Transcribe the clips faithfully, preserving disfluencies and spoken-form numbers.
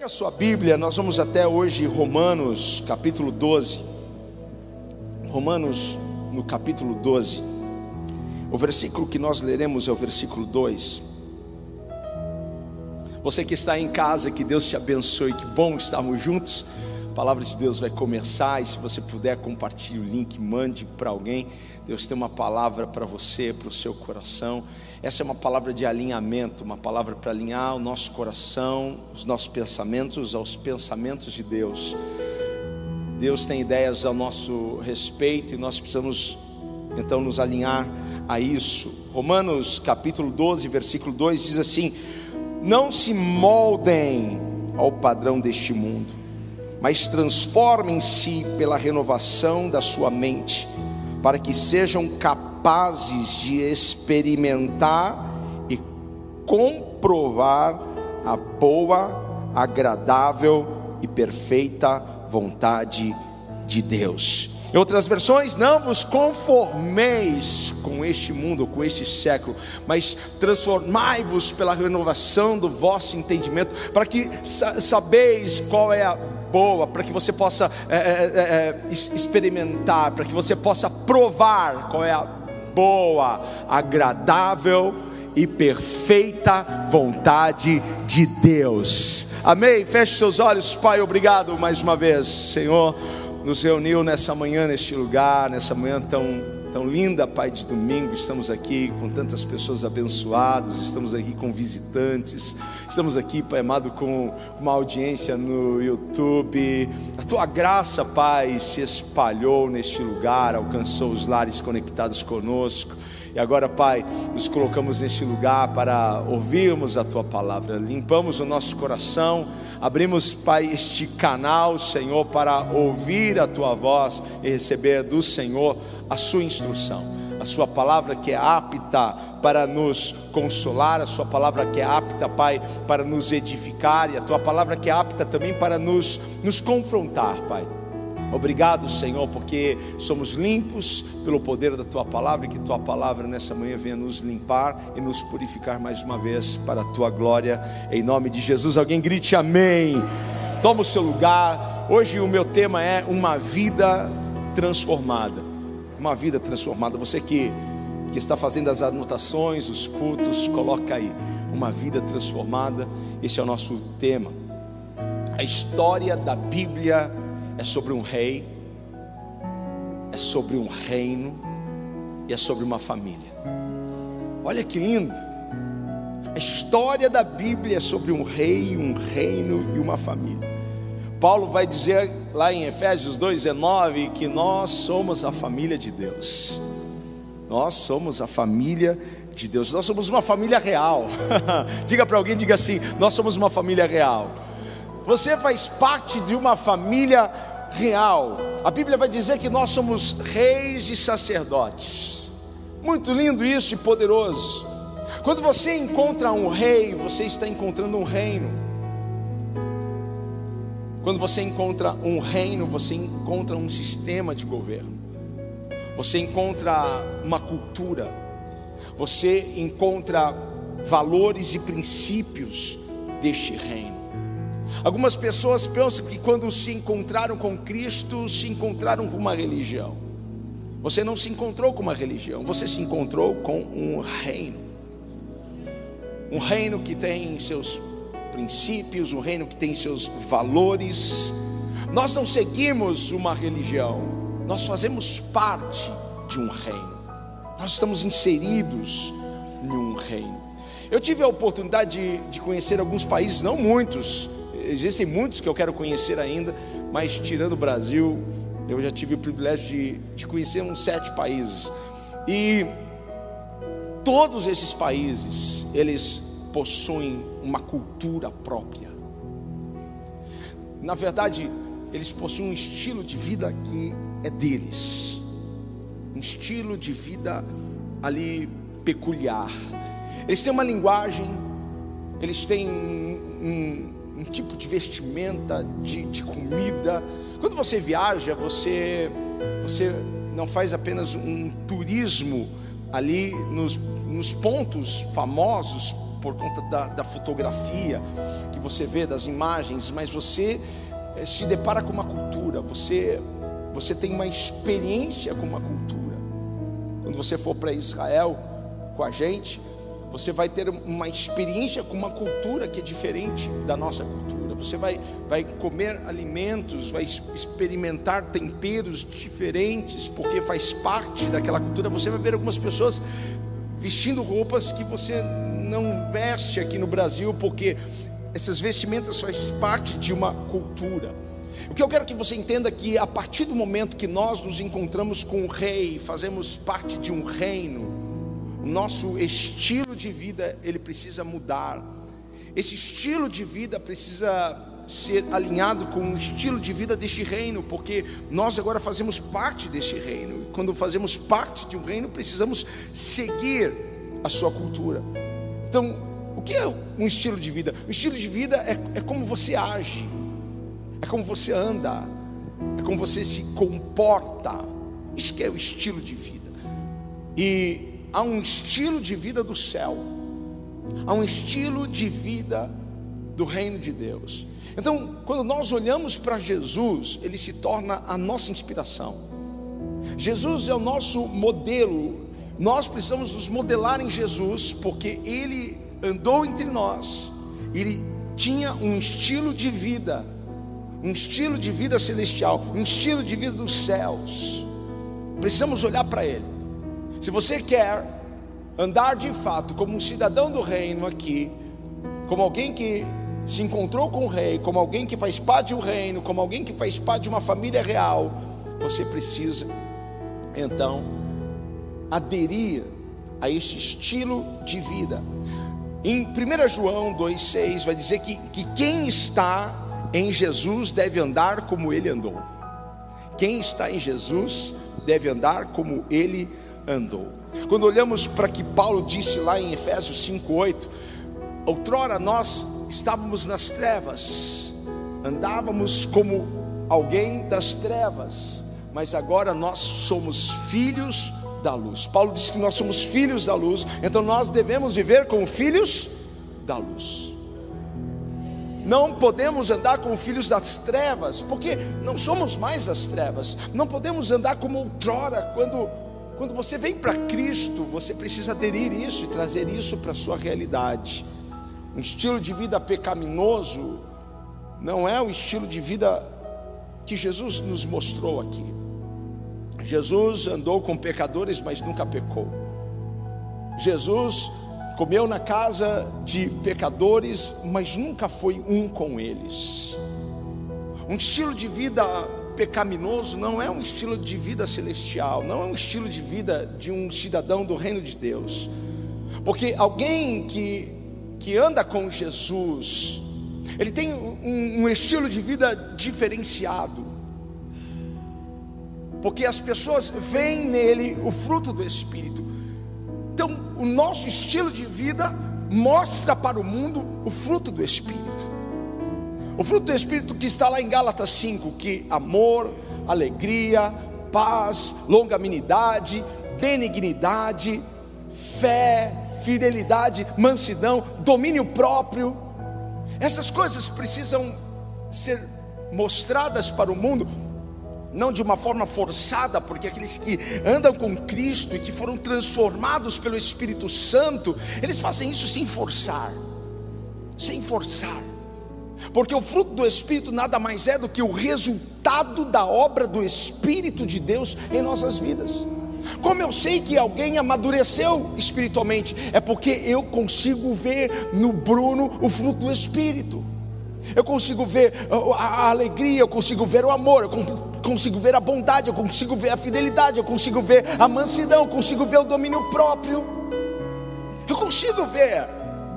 Pega a sua Bíblia, nós vamos até hoje Romanos capítulo doze. Romanos no capítulo doze. O versículo que nós leremos é o versículo dois. Você que está em casa, que Deus te abençoe, que bom estarmos juntos. A palavra de Deus vai começar e se você puder compartilhe o link, mande para alguém. Deus tem uma palavra para você, para o seu coração. Essa é uma palavra de alinhamento, uma palavra para alinhar o nosso coração, os nossos pensamentos aos pensamentos de Deus. Deus tem ideias ao nosso respeito e nós precisamos então nos alinhar a isso. Romanos capítulo doze, versículo dois diz assim: não se moldem ao padrão deste mundo, mas transformem-se pela renovação da sua mente, para que sejam capazes de experimentar e comprovar a boa, agradável e perfeita vontade de Deus. Em outras versões, não vos conformeis com este mundo, com este século, mas transformai-vos pela renovação do vosso entendimento, para que sa- sabeis qual é a boa, para que você possa é, é, é, experimentar, para que você possa provar qual é a boa, agradável e perfeita vontade de Deus. Amém? Feche seus olhos. Pai, obrigado mais uma vez, Senhor, nos reuniu nessa manhã, neste lugar, nessa manhã tão, tão linda, Pai, de domingo. Estamos aqui com tantas pessoas abençoadas, estamos aqui com visitantes, estamos aqui, Pai amado, com uma audiência no YouTube. A Tua graça, Pai, se espalhou neste lugar, alcançou os lares conectados conosco. E agora, Pai, nos colocamos neste lugar para ouvirmos a Tua palavra. Limpamos o nosso coração, abrimos, Pai, este canal, Senhor, para ouvir a Tua voz e receber do Senhor a Sua instrução. A Sua palavra que é apta para nos consolar, a Sua palavra que é apta, Pai, para nos edificar, e a Tua palavra que é apta também para nos, nos confrontar, Pai. Obrigado, Senhor, porque somos limpos pelo poder da Tua palavra, e que Tua palavra nessa manhã venha nos limpar e nos purificar mais uma vez para a Tua glória, em nome de Jesus. Alguém grite amém. Toma o seu lugar. Hoje o meu tema é uma vida transformada. Uma vida transformada. Você que, que está fazendo as anotações, os cultos, coloca aí, uma vida transformada. Esse é o nosso tema. A história da Bíblia é sobre um rei, é sobre um reino e é sobre uma família. Olha que lindo. A história da Bíblia é sobre um rei, um reino e uma família. Paulo vai dizer lá em Efésios dois, dezenove que nós somos a família de Deus. Nós somos a família de Deus. Nós somos uma família real. Diga para alguém, diga assim: nós somos uma família real. Você faz parte de uma família real. A Bíblia vai dizer que nós somos reis e sacerdotes. Muito lindo isso e poderoso. Quando você encontra um rei, você está encontrando um reino. Quando você encontra um reino, você encontra um sistema de governo. Você encontra uma cultura. Você encontra valores e princípios deste reino. Algumas pessoas pensam que quando se encontraram com Cristo, se encontraram com uma religião. Você não se encontrou com uma religião, você se encontrou com um reino. Um reino que tem seus princípios, um reino que tem seus valores. Nós não seguimos uma religião, nós fazemos parte de um reino. Nós estamos inseridos em um reino. Eu tive a oportunidade de, de conhecer alguns países, não muitos. Existem muitos que eu quero conhecer ainda, mas tirando o Brasil, eu já tive o privilégio de, de conhecer uns sete países. E todos esses países, eles possuem uma cultura própria. Na verdade, eles possuem um estilo de vida que é deles. Um estilo de vida ali peculiar. Eles têm uma linguagem, eles têm um, um um tipo de vestimenta, de, de comida. Quando você viaja, você, você não faz apenas um turismo ali nos, nos pontos famosos por conta da, da fotografia, que você vê, das imagens, mas você se depara com uma cultura, você, você tem uma experiência com uma cultura. Quando você for para Israel com a gente, você vai ter uma experiência com uma cultura que é diferente da nossa cultura. Você vai, vai comer alimentos, vai experimentar temperos diferentes, porque faz parte daquela cultura. Você vai ver algumas pessoas vestindo roupas que você não veste aqui no Brasil, porque essas vestimentas faz parte de uma cultura. O que eu quero que você entenda é que a partir do momento que nós nos encontramos com o rei, fazemos parte de um reino, o nosso estilo de vida, ele precisa mudar. Esse estilo de vida precisa ser alinhado com o estilo de vida deste reino, porque nós agora fazemos parte deste reino. Quando fazemos parte de um reino, precisamos seguir a sua cultura. Então, o que é um estilo de vida? O estilo de vida é, é como você age, é como você anda, é como você se comporta. Isso que é o estilo de vida. E há um estilo de vida do céu, há um estilo de vida do reino de Deus. Então, quando nós olhamos para Jesus, ele se torna a nossa inspiração. Jesus é o nosso modelo. Nós precisamos nos modelar em Jesus, porque ele andou entre nós, ele tinha um estilo de vida, um estilo de vida celestial, um estilo de vida dos céus. Precisamos olhar para ele. Se você quer andar de fato como um cidadão do reino aqui, como alguém que se encontrou com o rei, como alguém que faz parte de um reino, como alguém que faz parte de uma família real, você precisa então aderir a este estilo de vida. Em primeiro João dois seis vai dizer que, que quem está em Jesus deve andar como ele andou. Quem está em Jesus deve andar como ele andou. Quando olhamos para que Paulo disse lá em Efésios cinco oito, outrora nós estávamos nas trevas, andávamos como alguém das trevas, mas agora nós somos filhos da luz. Paulo disse que nós somos filhos da luz, então nós devemos viver como filhos da luz. Não podemos andar como filhos das trevas, porque não somos mais das trevas. Não podemos andar como outrora. Quando, quando você vem para Cristo, você precisa aderir isso e trazer isso para a sua realidade. Um estilo de vida pecaminoso não é o estilo de vida que Jesus nos mostrou aqui. Jesus andou com pecadores, mas nunca pecou. Jesus comeu na casa de pecadores, mas nunca foi um com eles. Um estilo de vida pecaminoso não é um estilo de vida celestial, não é um estilo de vida de um cidadão do reino de Deus. Porque alguém que, que anda com Jesus, ele tem um, um estilo de vida diferenciado, porque as pessoas veem nele o fruto do Espírito. Então, o nosso estilo de vida mostra para o mundo o fruto do Espírito. O fruto do Espírito que está lá em Gálatas cinco, que amor, alegria, paz, longanimidade, benignidade, fé, fidelidade, mansidão, domínio próprio. Essas coisas precisam ser mostradas para o mundo, não de uma forma forçada, porque aqueles que andam com Cristo e que foram transformados pelo Espírito Santo, eles fazem isso sem forçar, sem forçar, porque o fruto do Espírito nada mais é do que o resultado da obra do Espírito de Deus em nossas vidas. Como eu sei que alguém amadureceu espiritualmente? É porque eu consigo ver no Bruno o fruto do Espírito. Eu consigo ver a alegria, eu consigo ver o amor, eu consigo ver a bondade, eu consigo ver a fidelidade, eu consigo ver a mansidão, eu consigo ver o domínio próprio. Eu consigo ver.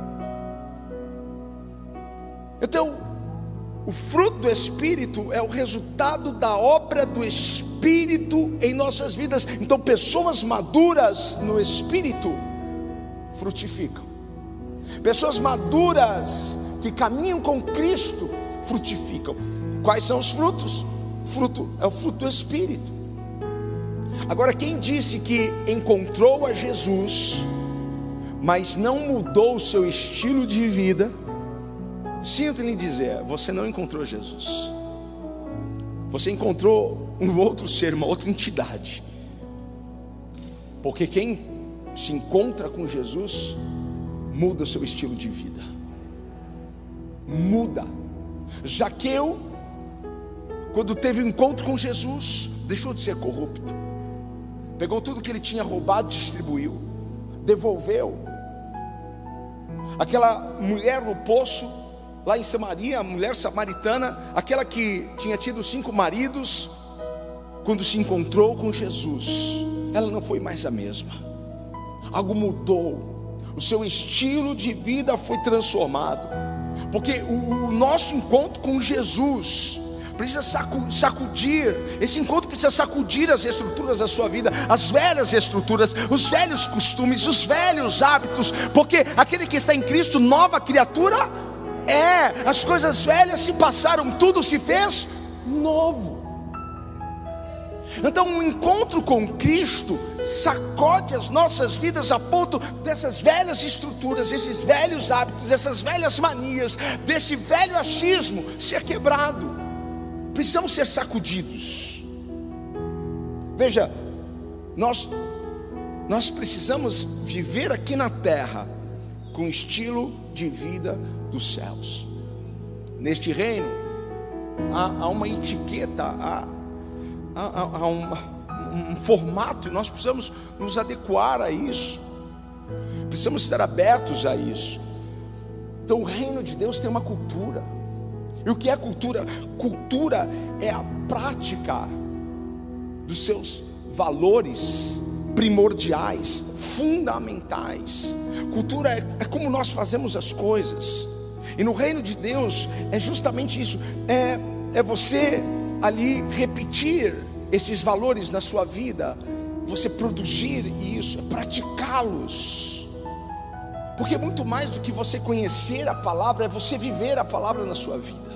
Então, o fruto do Espírito é o resultado da obra do Espírito em nossas vidas. Então, pessoas maduras no Espírito frutificam. Pessoas maduras que caminham com Cristo frutificam. Quais são os frutos? Fruto é o fruto do Espírito. Agora, quem disse que encontrou a Jesus, mas não mudou o seu estilo de vida, sinto lhe dizer, você não encontrou Jesus. Você encontrou um outro ser, uma outra entidade. Porque quem se encontra com Jesus muda o seu estilo de vida. Muda. Zaqueu, quando teve um encontro com Jesus, deixou de ser corrupto. Pegou tudo que ele tinha roubado, distribuiu, devolveu. Aquela mulher no poço, lá em Samaria, a mulher samaritana, aquela que tinha tido cinco maridos, quando se encontrou com Jesus, ela não foi mais a mesma. Algo mudou. O seu estilo de vida foi transformado. Porque o, o nosso encontro com Jesus precisa sacudir, esse encontro precisa sacudir as estruturas da sua vida, as velhas estruturas, os velhos costumes, os velhos hábitos. Porque aquele que está em Cristo, nova criatura é. As coisas velhas se passaram, tudo se fez novo. Então um encontro com Cristo sacode as nossas vidas a ponto dessas velhas estruturas, esses velhos hábitos, essas velhas manias, desse velho achismo ser quebrado. Precisamos ser sacudidos. Veja, nós, nós precisamos viver aqui na terra com o estilo de vida dos céus. Neste reino há, há uma etiqueta, há, há, há uma, um formato, e nós precisamos nos adequar a isso. Precisamos estar abertos a isso. Então o reino de Deus tem uma cultura. E o que é cultura? Cultura é a prática dos seus valores primordiais, fundamentais. Cultura é, é como nós fazemos as coisas. E no reino de Deus é justamente isso. É, é você ali repetir esses valores na sua vida. Você produzir isso, é praticá-los. Porque muito mais do que você conhecer a palavra, é você viver a palavra na sua vida.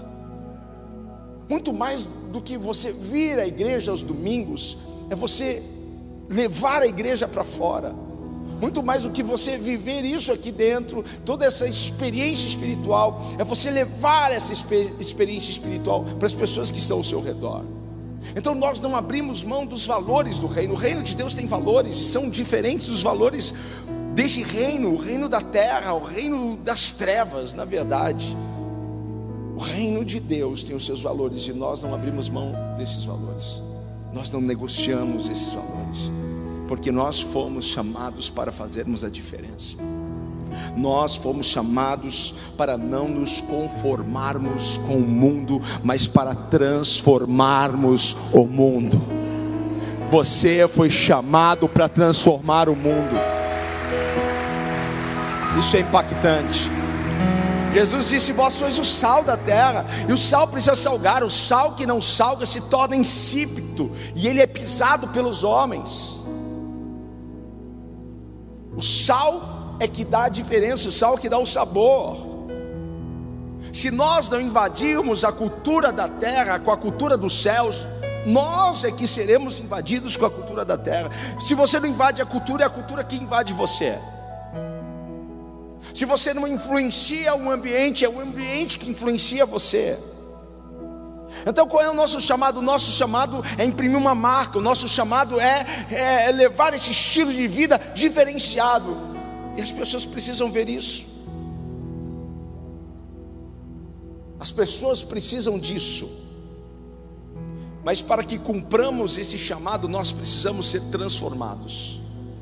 Muito mais do que você vir à igreja aos domingos, é você levar a igreja para fora. Muito mais do que você viver isso aqui dentro, toda essa experiência espiritual, é você levar essa experiência espiritual para as pessoas que estão ao seu redor. Então nós não abrimos mão dos valores do reino. O reino de Deus tem valores e são diferentes dos valores desse reino, o reino da terra, o reino das trevas. Na verdade, o reino de Deus tem os seus valores e nós não abrimos mão desses valores. Nós não negociamos esses valores, porque nós fomos chamados para fazermos a diferença. Nós fomos chamados para não nos conformarmos com o mundo, mas para transformarmos o mundo. Você foi chamado para transformar o mundo. Isso é impactante. Jesus disse: vós sois o sal da terra. E o sal precisa salgar. O sal que não salga se torna insípido, e ele é pisado pelos homens. O sal é que dá a diferença. O sal é que dá o sabor. Se nós não invadirmos a cultura da terra com a cultura dos céus, nós é que seremos invadidos com a cultura da terra. Se você não invade a cultura, é a cultura que invade você. Se você não influencia o ambiente, é o ambiente que influencia você. Então qual é o nosso chamado? O nosso chamado é imprimir uma marca. O nosso chamado é, é levar esse estilo de vida diferenciado. E as pessoas precisam ver isso. As pessoas precisam disso. Mas para que cumpramos esse chamado, nós precisamos ser transformados.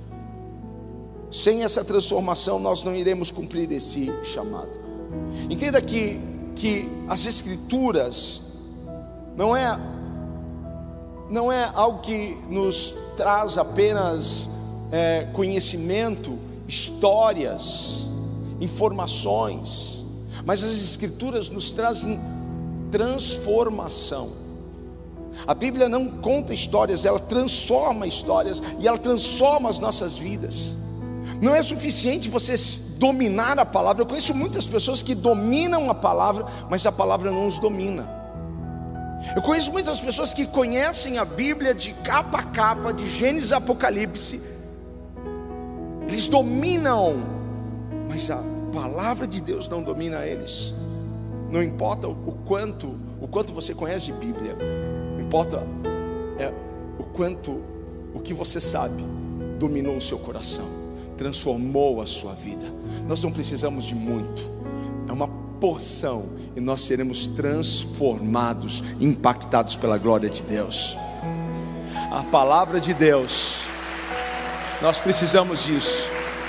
Sem essa transformação nós não iremos cumprir esse chamado. Entenda que, que as escrituras não é, não é algo que nos traz apenas é, conhecimento, histórias, informações, mas as escrituras nos trazem transformação. A Bíblia não conta histórias, ela transforma histórias e ela transforma as nossas vidas. Não é suficiente você dominar a palavra. Eu conheço muitas pessoas que dominam a palavra, mas a palavra não os domina. Eu conheço muitas pessoas que conhecem a Bíblia de capa a capa, de Gênesis a Apocalipse. Eles dominam, mas a palavra de Deus não domina eles. Não importa o quanto, o quanto você conhece de Bíblia, importa é o quanto o que você sabe dominou o seu coração, transformou a sua vida. Nós não precisamos de muito, é uma porção, e nós seremos transformados, impactados pela glória de Deus. A palavra de Deus, nós precisamos disso.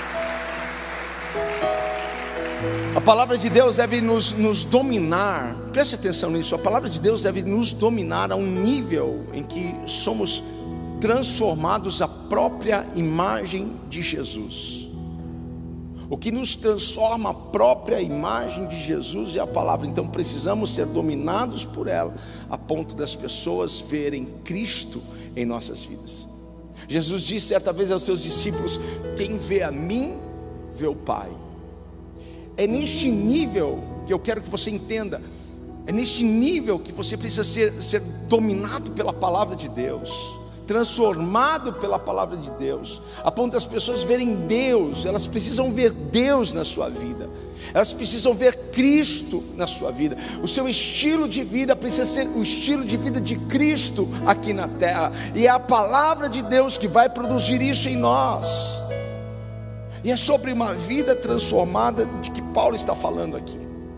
A palavra de Deus deve nos, nos dominar. Preste atenção nisso. A palavra de Deus deve nos dominar a um nível em que somos transformados à própria imagem de Jesus. O que nos transforma a própria imagem de Jesus é a palavra. Então precisamos ser dominados por ela, a ponto das pessoas verem Cristo em nossas vidas. Jesus disse certa vez aos seus discípulos: quem vê a mim, vê o Pai. É neste nível que eu quero que você entenda. É neste nível que você precisa ser, ser dominado pela palavra de Deus, transformado pela palavra de Deus, a ponto das pessoas verem Deus. Elas precisam ver Deus na sua vida, elas precisam ver Cristo na sua vida. O seu estilo de vida precisa ser o estilo de vida de Cristo aqui na terra, e é a palavra de Deus que vai produzir isso em nós. E é sobre uma vida transformada de que Paulo está falando aqui.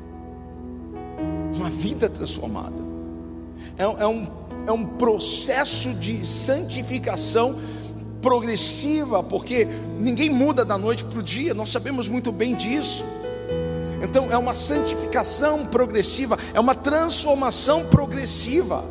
Uma vida transformada é, é, um, é um processo de santificação progressiva, porque ninguém muda da noite para o dia, nós sabemos muito bem disso. Então é uma santificação progressiva, é uma transformação progressiva,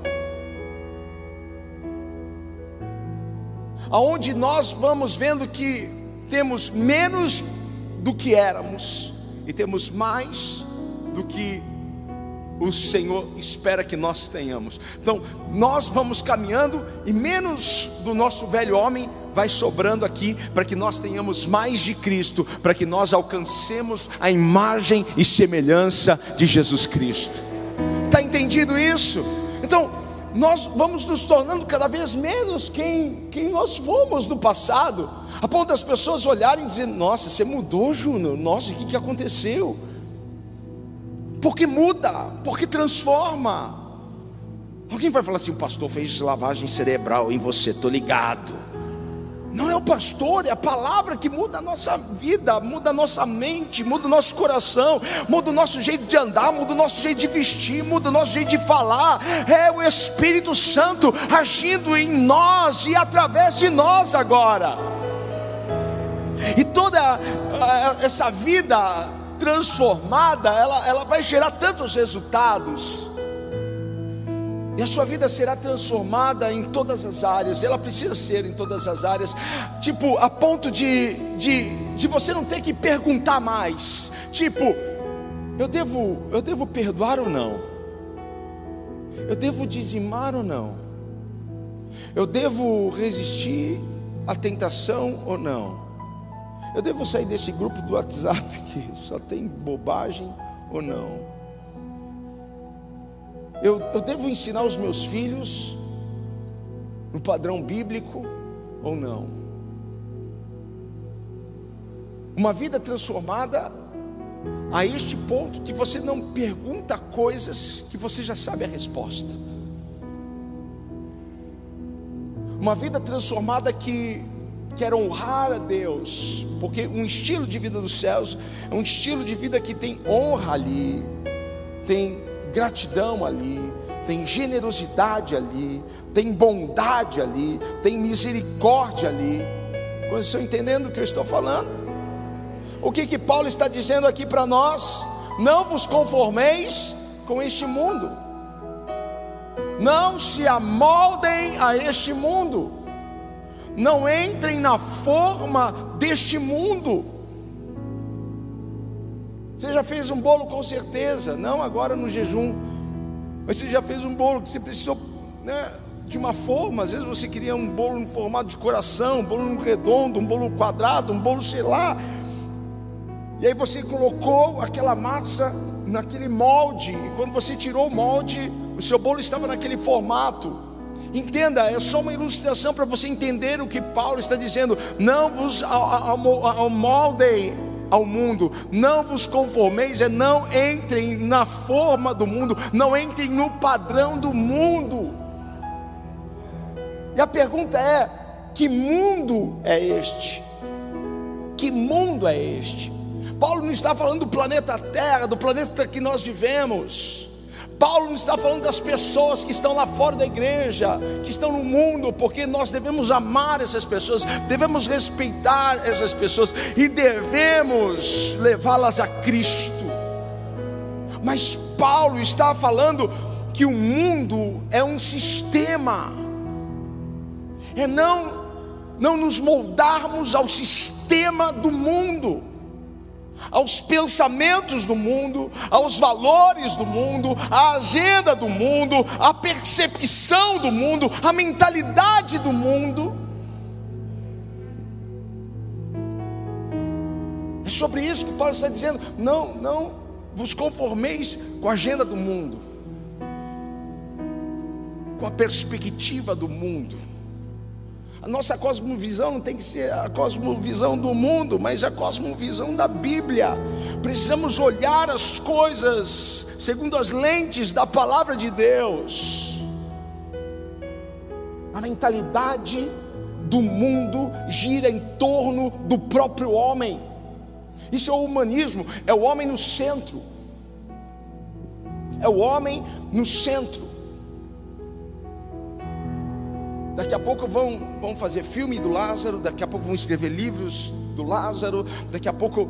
aonde nós vamos vendo que temos menos do que éramos e temos mais do que o Senhor espera que nós tenhamos. Então nós vamos caminhando e menos do nosso velho homem vai sobrando aqui, para que nós tenhamos mais de Cristo, para que nós alcancemos a imagem e semelhança de Jesus Cristo. Está entendido isso? Então nós vamos nos tornando cada vez menos quem, quem nós fomos no passado, a ponto das pessoas olharem e dizer: nossa, você mudou, Júnior, nossa, o que, que aconteceu? Porque muda, porque transforma. Alguém vai falar assim: o pastor fez lavagem cerebral em você, estou ligado. Não é o pastor, é a palavra que muda a nossa vida, muda a nossa mente, muda o nosso coração, muda o nosso jeito de andar, muda o nosso jeito de vestir, muda o nosso jeito de falar. É o Espírito Santo agindo em nós e através de nós agora. E toda essa vida transformada, ela, ela vai gerar tantos resultados. E a sua vida será transformada em todas as áreas. Ela precisa ser em todas as áreas. Tipo, a ponto de, de, de você não ter que perguntar mais. Tipo, eu devo, eu devo perdoar ou não? Eu devo dizimar ou não? Eu devo resistir à tentação ou não? Eu devo sair desse grupo do WhatsApp que só tem bobagem ou não? Eu, eu devo ensinar os meus filhos no padrão bíblico ou não? Uma vida transformada a este ponto que você não pergunta coisas que você já sabe a resposta. Uma vida transformada que quer honrar a Deus, porque um estilo de vida dos céus é um estilo de vida que tem honra ali, tem gratidão ali, tem generosidade ali, tem bondade ali, tem misericórdia ali. Vocês estão entendendo o que eu estou falando? O que que Paulo está dizendo aqui para nós? Não vos conformeis com este mundo, não se amoldem a este mundo, não entrem na forma deste mundo. Você já fez um bolo com certeza, não agora no jejum, mas você já fez um bolo que você precisou, né, de uma forma. Às vezes você queria um bolo no formato de coração, um bolo redondo, um bolo quadrado, um bolo sei lá, e aí você colocou aquela massa naquele molde, e quando você tirou o molde, o seu bolo estava naquele formato. Entenda, é só uma ilustração para você entender o que Paulo está dizendo. Não vos amoldem ao mundo. Não vos conformeis, é não entrem na forma do mundo, não entrem no padrão do mundo. E a pergunta é: que mundo é este? Que mundo é este? Paulo não está falando do planeta Terra, do planeta que nós vivemos. Paulo não está falando das pessoas que estão lá fora da igreja, que estão no mundo, porque nós devemos amar essas pessoas, devemos respeitar essas pessoas e devemos levá-las a Cristo. Mas Paulo está falando que o mundo é um sistema, é não, não nos moldarmos ao sistema do mundo, aos pensamentos do mundo, aos valores do mundo, à agenda do mundo, à percepção do mundo, à mentalidade do mundo. É sobre isso que Paulo está dizendo. Não, não vos conformeis com a agenda do mundo, com a perspectiva do mundo. A nossa cosmovisão não tem que ser a cosmovisão do mundo, mas a cosmovisão da Bíblia. Precisamos olhar as coisas segundo as lentes da palavra de Deus. A mentalidade do mundo gira em torno do próprio homem. Isso é o humanismo, é o homem no centro. É o homem no centro. Daqui a pouco vão, vão fazer filme do Lázaro, daqui a pouco vão escrever livros do Lázaro, daqui a pouco,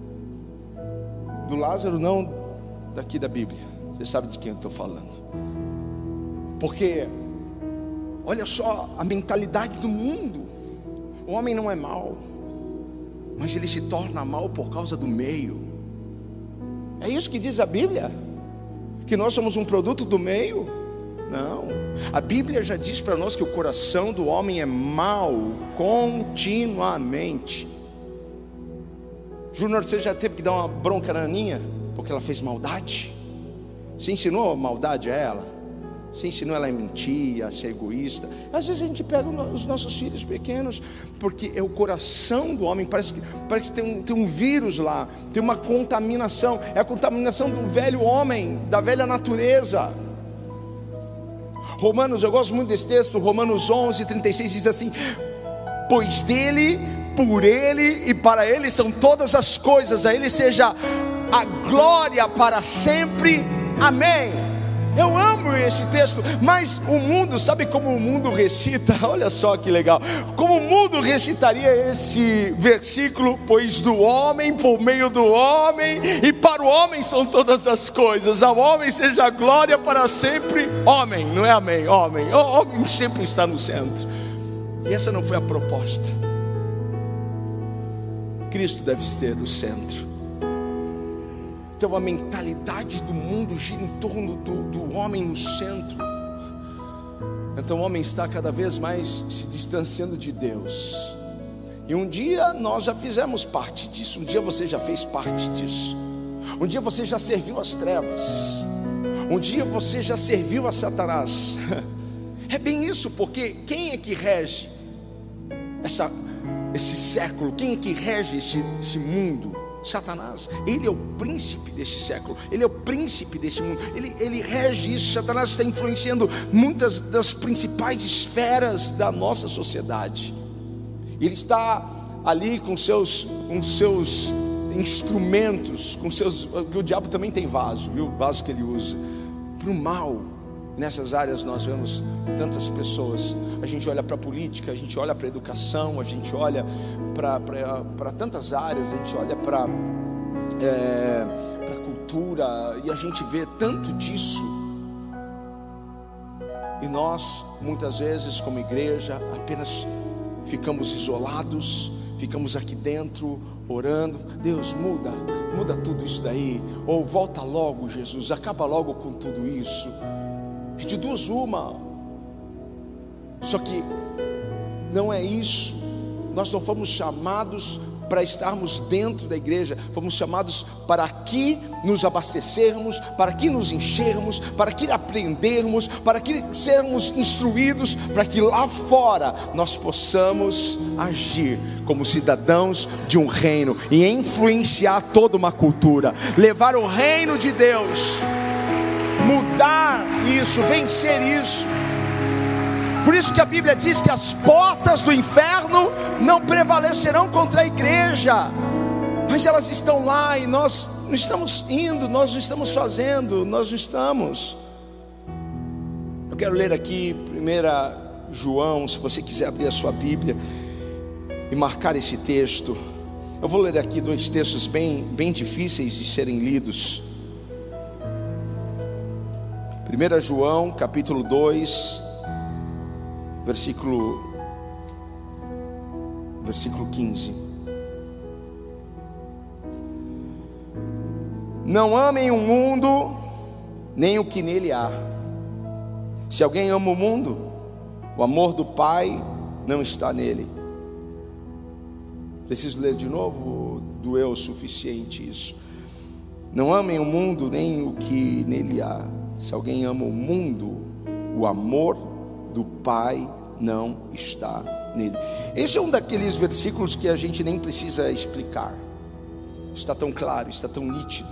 do Lázaro não, daqui da Bíblia, você sabe de quem eu estou falando. Porque, olha só a mentalidade do mundo. O homem não é mau, mas ele se torna mau por causa do meio. É isso que diz a Bíblia? Que nós somos um produto do meio? Não, a Bíblia já diz para nós que o coração do homem é mau continuamente. Júnior, você já teve que dar uma bronca na Aninha porque ela fez maldade? Você ensinou maldade a ela? Você ensinou ela a mentir, a ser egoísta? Às vezes a gente pega os nossos filhos pequenos, porque é o coração do homem, parece que, parece que tem, um, tem um vírus lá, tem uma contaminação. É a contaminação do velho homem, da velha natureza. Romanos, eu gosto muito desse texto, Romanos onze, trinta e seis diz assim: pois dele, por ele e para ele são todas as coisas, a ele seja a glória para sempre, amém. Eu amo esse texto, mas o mundo, sabe como o mundo recita? Olha só que legal, como o mundo recitaria este versículo: pois do homem, por meio do homem e para o homem são todas as coisas, ao homem seja a glória para sempre, homem, não é amém, homem, o homem sempre está no centro. E essa não foi a proposta. Cristo deve ser o centro. Então a mentalidade do mundo gira em torno do, do homem no centro. Então o homem está cada vez mais se distanciando de Deus. E um dia nós já fizemos parte disso. Um dia você já fez parte disso. Um dia você já serviu as trevas. Um dia você já serviu a Satanás. É bem isso, porque quem é que rege essa, esse século? Quem é que rege esse, esse mundo? Satanás. Ele é o príncipe desse século, ele é o príncipe desse mundo, ele, ele rege isso. Satanás está influenciando muitas das principais esferas da nossa sociedade. Ele está ali com seus, com seus instrumentos, com seus, o diabo também tem vaso, viu? Vaso que ele usa para o mal. Nessas áreas nós vemos tantas pessoas. A gente olha para a política, a gente olha para a educação, a gente olha para tantas áreas, a gente olha para é, para a cultura, e a gente vê tanto disso. E nós, muitas vezes, como igreja, apenas ficamos isolados, ficamos aqui dentro orando: Deus, muda, muda tudo isso daí, ou volta logo, Jesus, acaba logo com tudo isso. É de duas uma. Só que não é isso. Nós não fomos chamados para estarmos dentro da igreja, fomos chamados para aqui nos abastecermos, para aqui nos enchermos, para aqui aprendermos, para aqui sermos instruídos, para que lá fora nós possamos agir como cidadãos de um reino e influenciar toda uma cultura, levar o reino de Deus, mudar isso, vencer isso. Por isso que a Bíblia diz que as portas do inferno não prevalecerão contra a igreja, mas elas estão lá e nós não estamos indo, nós não estamos fazendo, nós não estamos. Eu quero ler aqui primeiro João, se você quiser abrir a sua Bíblia e marcar esse texto. Eu vou ler aqui dois textos bem, bem difíceis de serem lidos. primeiro João capítulo dois, versículo versículo quinze. Não amem o mundo, nem o que nele há. Se alguém ama o mundo, o amor do Pai não está nele. Preciso ler de novo? Doeu o suficiente isso. Não amem o mundo, nem o que nele há. Se alguém ama o mundo, o amor do Pai não está nele. Esse é um daqueles versículos que a gente nem precisa explicar. Está tão claro, está tão nítido.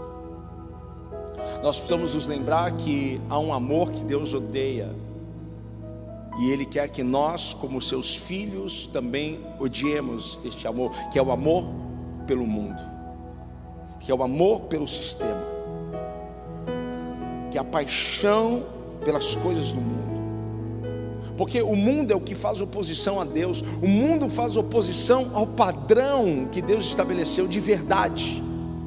Nós precisamos nos lembrar que há um amor que Deus odeia, e Ele quer que nós, como seus filhos, também odiemos este amor, que é o amor pelo mundo, que é o amor pelo sistema, que é a paixão pelas coisas do mundo. Porque o mundo é o que faz oposição a Deus, o mundo faz oposição ao padrão que Deus estabeleceu de verdade.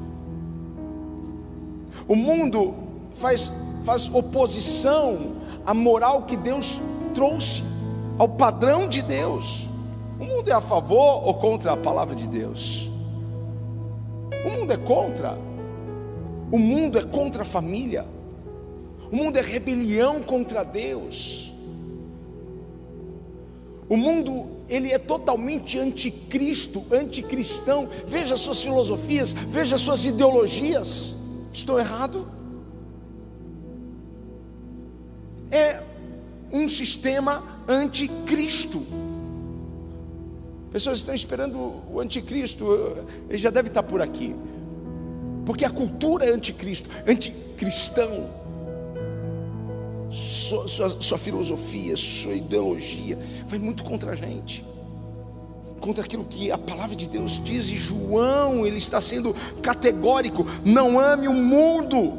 O mundo faz, faz oposição à moral que Deus trouxe, ao padrão de Deus. O mundo é a favor ou contra a palavra de Deus? O mundo é contra. O mundo é contra a família. O mundo é rebelião contra Deus. O mundo, ele é totalmente anticristo, anticristão. Veja suas filosofias, veja suas ideologias. Estou errado? É um sistema anticristo. Pessoas estão esperando o anticristo, ele já deve estar por aqui, porque a cultura é anticristo, anticristão. Sua, sua, sua filosofia, sua ideologia vai muito contra a gente, contra aquilo que a palavra de Deus diz. E João, ele está sendo categórico: não ame o mundo,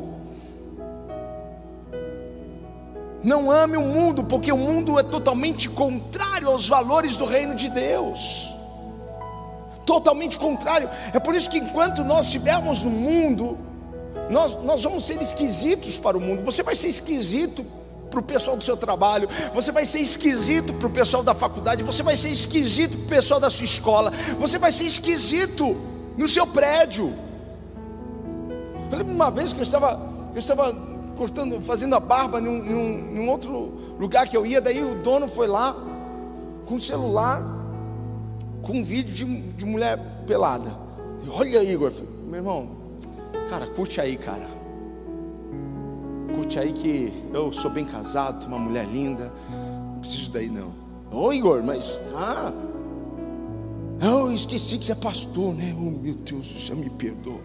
não ame o mundo, porque o mundo é totalmente contrário aos valores do reino de Deus, totalmente contrário. É por isso que enquanto nós estivermos no mundo, nós, nós vamos ser esquisitos para o mundo. Você vai ser esquisito para o pessoal do seu trabalho, você vai ser esquisito para o pessoal da faculdade, você vai ser esquisito para o pessoal da sua escola, você vai ser esquisito no seu prédio. Eu lembro uma vez que eu estava, eu estava cortando, fazendo a barba num, num, num outro lugar que eu ia, daí o dono foi lá com o celular, com um vídeo de, de mulher pelada. Eu, olha aí, Igor, meu irmão, cara, curte aí, cara. Curte aí que eu sou bem casado, tenho uma mulher linda, não preciso daí não. Ô Igor, mas ah, eu esqueci que você é pastor, né? Oh meu Deus do céu, me perdoa.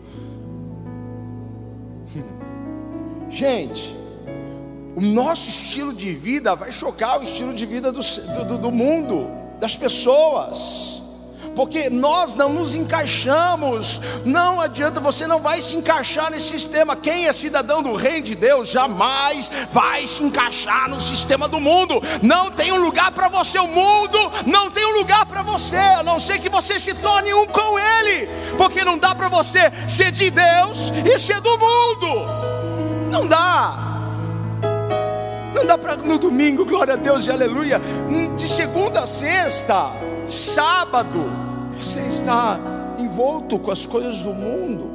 Hum. Gente, o nosso estilo de vida vai chocar o estilo de vida do, do, do mundo, das pessoas, porque nós não nos encaixamos. Não adianta, você não vai se encaixar nesse sistema. Quem é cidadão do reino de Deus jamais vai se encaixar no sistema do mundo. Não tem um lugar para você, o mundo não tem um lugar para você, a não ser que você se torne um com ele, porque não dá para você ser de Deus e ser do mundo. Não dá. Não dá para no domingo, glória a Deus e aleluia, de segunda a sexta, sábado, você está envolto com as coisas do mundo.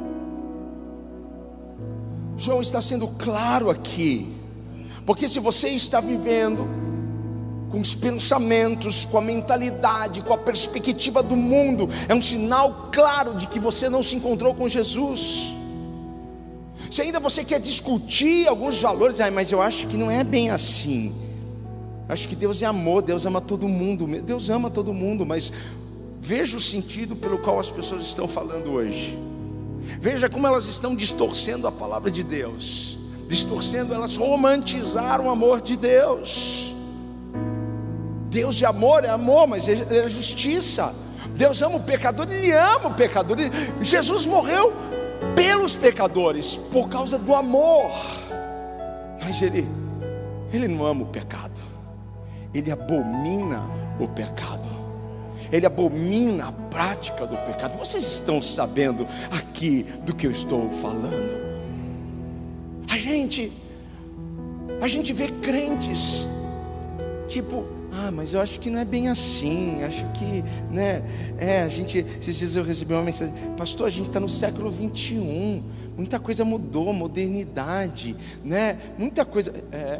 João está sendo claro aqui, porque se você está vivendo com os pensamentos, com a mentalidade, com a perspectiva do mundo, é um sinal claro de que você não se encontrou com Jesus. Se ainda você quer discutir alguns valores, ah, mas eu acho que não é bem assim. Acho que Deus é amor, Deus ama todo mundo, Deus ama todo mundo, mas veja o sentido pelo qual as pessoas estão falando hoje. Veja como elas estão distorcendo a palavra de Deus, distorcendo, elas romantizaram o amor de Deus. Deus de amor é amor, mas Ele é justiça. Deus ama o pecador, Ele ama o pecador. Jesus morreu pelos pecadores, por causa do amor. Mas Ele, Ele não ama o pecado, Ele abomina o pecado, Ele abomina a prática do pecado. Vocês estão sabendo aqui do que eu estou falando? A gente, a gente vê crentes, tipo, ah, mas eu acho que não é bem assim, acho que, né, é, a gente, esses dias eu recebi uma mensagem, pastor, a gente está no século vinte e um, muita coisa mudou, modernidade, né, muita coisa, é,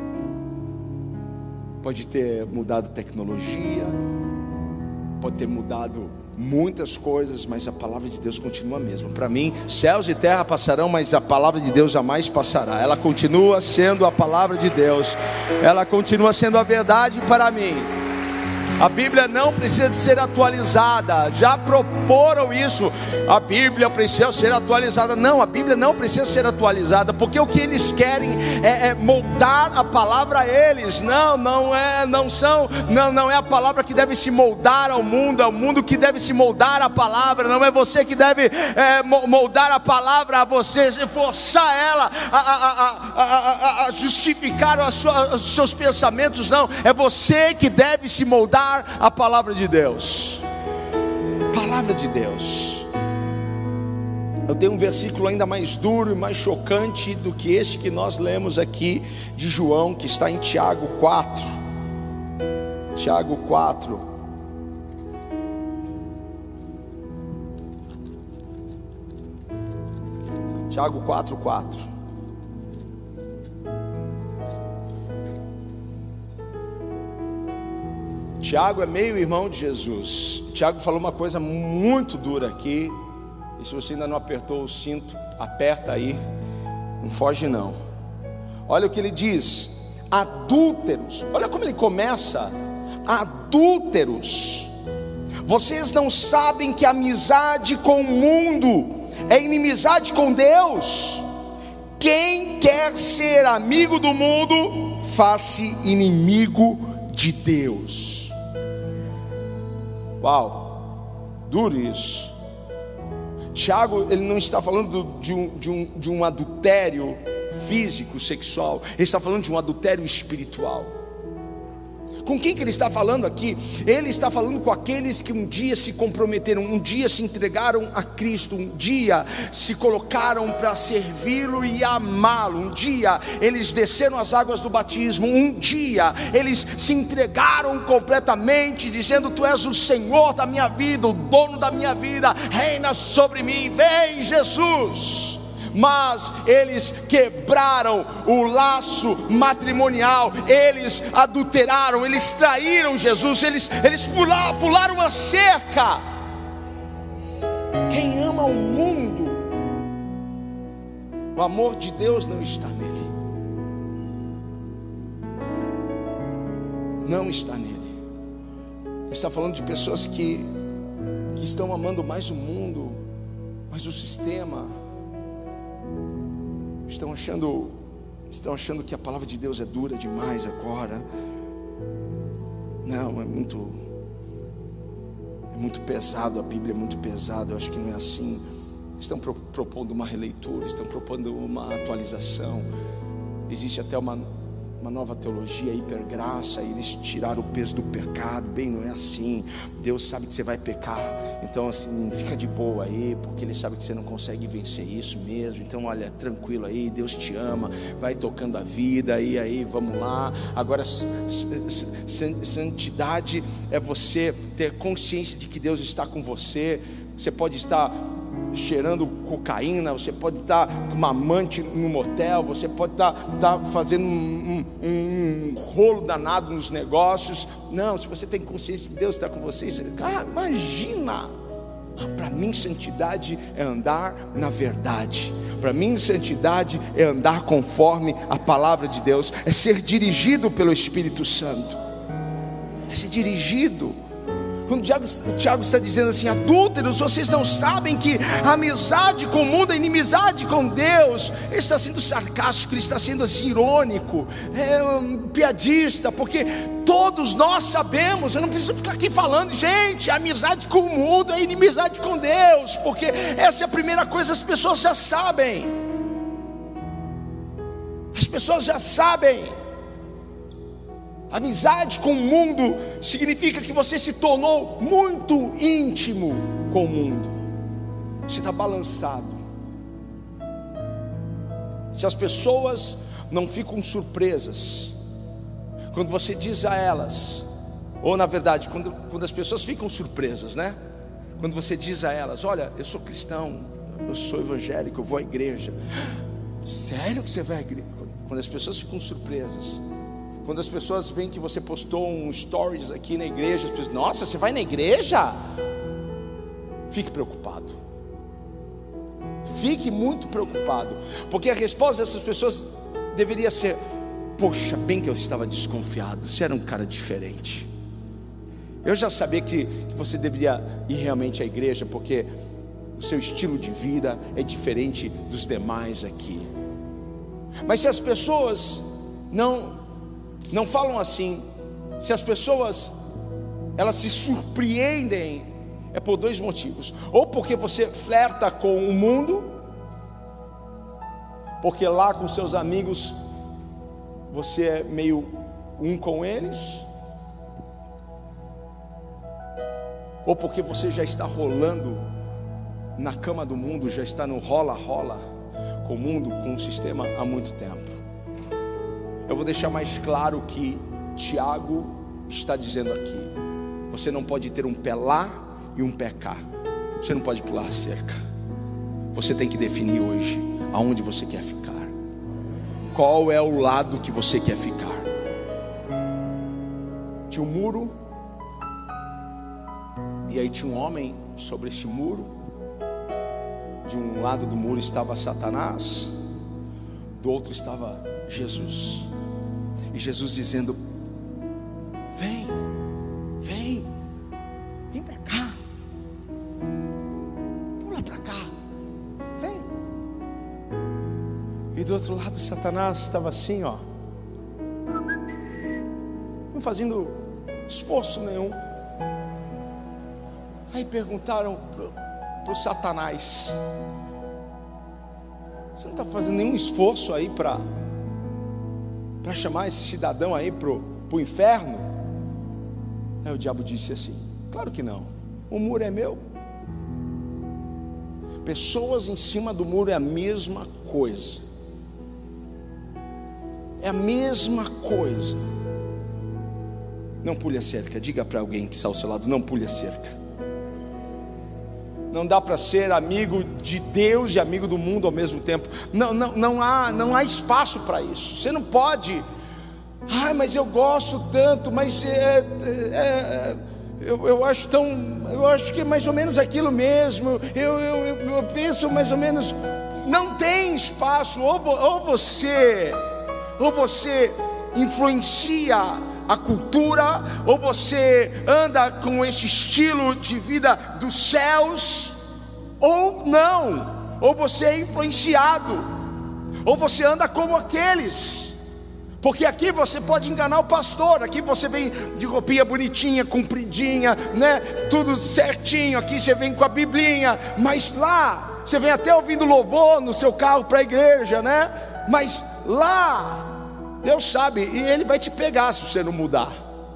pode ter mudado tecnologia, pode ter mudado muitas coisas, mas a palavra de Deus continua a mesma. Para mim, céus e terra passarão, mas a palavra de Deus jamais passará. Ela continua sendo a palavra de Deus, ela continua sendo a verdade para mim. A Bíblia não precisa de ser atualizada. Já proporam isso, a Bíblia precisa ser atualizada. Não, a Bíblia não precisa ser atualizada, porque o que eles querem é, é moldar a palavra a eles. Não, não é, não são, não, não é a palavra que deve se moldar ao mundo, é o mundo que deve se moldar à palavra. Não é você que deve é, moldar a palavra a você, forçar ela a, a, a, a, a justificar a sua, os seus pensamentos. Não, é você que deve se moldar a palavra de Deus. Palavra de Deus. Eu tenho um versículo ainda mais duro e mais chocante do que esse que nós lemos aqui de João, que está em Tiago quatro. Tiago quatro. Tiago quatro, quatro. Tiago é meio irmão de Jesus. Tiago falou uma coisa muito dura aqui, e se você ainda não apertou o cinto, aperta aí, não foge não. Olha o que ele diz: adúlteros. Olha como ele começa: adúlteros, vocês não sabem que amizade com o mundo é inimizade com Deus? Quem quer ser amigo do mundo, faz-se inimigo de Deus. Uau, duro isso. Tiago, ele não está falando de um, de, um, de um adultério físico, sexual. Ele está falando de um adultério espiritual. Com quem que ele está falando aqui? Ele está falando com aqueles que um dia se comprometeram, um dia se entregaram a Cristo, um dia se colocaram para servi-lo e amá-lo, um dia eles desceram as águas do batismo, um dia eles se entregaram completamente, dizendo: tu és o Senhor da minha vida, o dono da minha vida, reina sobre mim, vem Jesus. Mas eles quebraram o laço matrimonial, eles adulteraram, eles traíram Jesus, eles, eles pularam, pularam a cerca. Quem ama o mundo, o amor de Deus não está nele, não está nele. Ele está falando de pessoas que, que estão amando mais o mundo, mais o sistema. Estão achando, estão achando que a palavra de Deus é dura demais agora. Não, é muito, é muito pesado, a Bíblia é muito pesada. Eu acho que não é assim. Estão pro, propondo uma releitura, estão propondo uma atualização. Existe até uma, uma nova teologia, hipergraça, e eles tiraram o peso do pecado. Bem, não é assim. Deus sabe que você vai pecar, então assim, fica de boa aí, porque Ele sabe que você não consegue vencer isso mesmo. Então olha, tranquilo aí, Deus te ama, vai tocando a vida, e aí vamos lá. Agora, santidade é você ter consciência de que Deus está com você. Você pode estar cheirando cocaína, você pode estar com uma amante no motel, você pode estar, estar fazendo um, um, um rolo danado nos negócios. Não, se você tem consciência de Deus está com você, você, ah, imagina. Para mim, santidade é andar na verdade. Para mim, santidade é andar conforme a palavra de Deus, é ser dirigido pelo Espírito Santo, é ser dirigido. Quando o Tiago, o Tiago está dizendo assim: adúlteros, vocês não sabem que a amizade com o mundo é inimizade com Deus. Ele está sendo sarcástico, ele está sendo assim irônico, é um piadista, porque todos nós sabemos. Eu não preciso ficar aqui falando, gente, a amizade com o mundo é inimizade com Deus, porque essa é a primeira coisa que as pessoas já sabem. As pessoas já sabem. Amizade com o mundo significa que você se tornou muito íntimo com o mundo. Você está balançado. Se as pessoas não ficam surpresas quando você diz a elas, ou na verdade, quando, quando as pessoas ficam surpresas, né? Quando você diz a elas: olha, eu sou cristão, eu sou evangélico, eu vou à igreja. Sério que você vai à igreja? Quando as pessoas ficam surpresas, quando as pessoas veem que você postou um stories aqui na igreja, as pessoas: nossa, você vai na igreja? Fique preocupado. Fique muito preocupado, porque a resposta dessas pessoas deveria ser: poxa, bem que eu estava desconfiado, você era um cara diferente. Eu já sabia que, que você deveria ir realmente à igreja, porque o seu estilo de vida é diferente dos demais aqui. Mas se as pessoas não não falam assim, se as pessoas elas se surpreendem, é por dois motivos: ou porque você flerta com o mundo, porque lá com seus amigos você é meio um com eles, ou porque você já está rolando na cama do mundo, já está no rola-rola com o mundo, com o sistema há muito tempo. Eu vou deixar mais claro o que Tiago está dizendo aqui: você não pode ter um pé lá e um pé cá. Você não pode pular a cerca. Você tem que definir hoje aonde você quer ficar. Qual é o lado que você quer ficar? Tinha um muro, e aí tinha um homem sobre esse muro. De um lado do muro estava Satanás, do outro estava Jesus. E Jesus dizendo: vem, vem, vem para cá, pula para cá, vem. E do outro lado Satanás estava assim, ó, não fazendo esforço nenhum. Aí perguntaram para o Satanás: você não está fazendo nenhum esforço aí para para chamar esse cidadão aí para o inferno? Aí o diabo disse assim: claro que não, o muro é meu. Pessoas em cima do muro é a mesma coisa, é a mesma coisa. Não pule a cerca. Diga para alguém que está ao seu lado: não pule a cerca. Não dá para ser amigo de Deus e amigo do mundo ao mesmo tempo. Não, não, não há, não há espaço para isso. Você não pode. Ah, mas eu gosto tanto, mas é, é, eu, eu acho tão, eu acho que é mais ou menos aquilo mesmo. Eu, eu, eu, eu penso mais ou menos. Não tem espaço. Ou, ou você, ou você influencia a cultura, ou você anda com esse estilo de vida dos céus, ou não, ou você é influenciado, ou você anda como aqueles. Porque aqui você pode enganar o pastor, aqui você vem de roupinha bonitinha, compridinha, né? Tudo certinho, aqui você vem com a biblinha, mas lá, você vem até ouvindo louvor no seu carro para a igreja, né? Mas lá, Deus sabe, e Ele vai te pegar se você não mudar.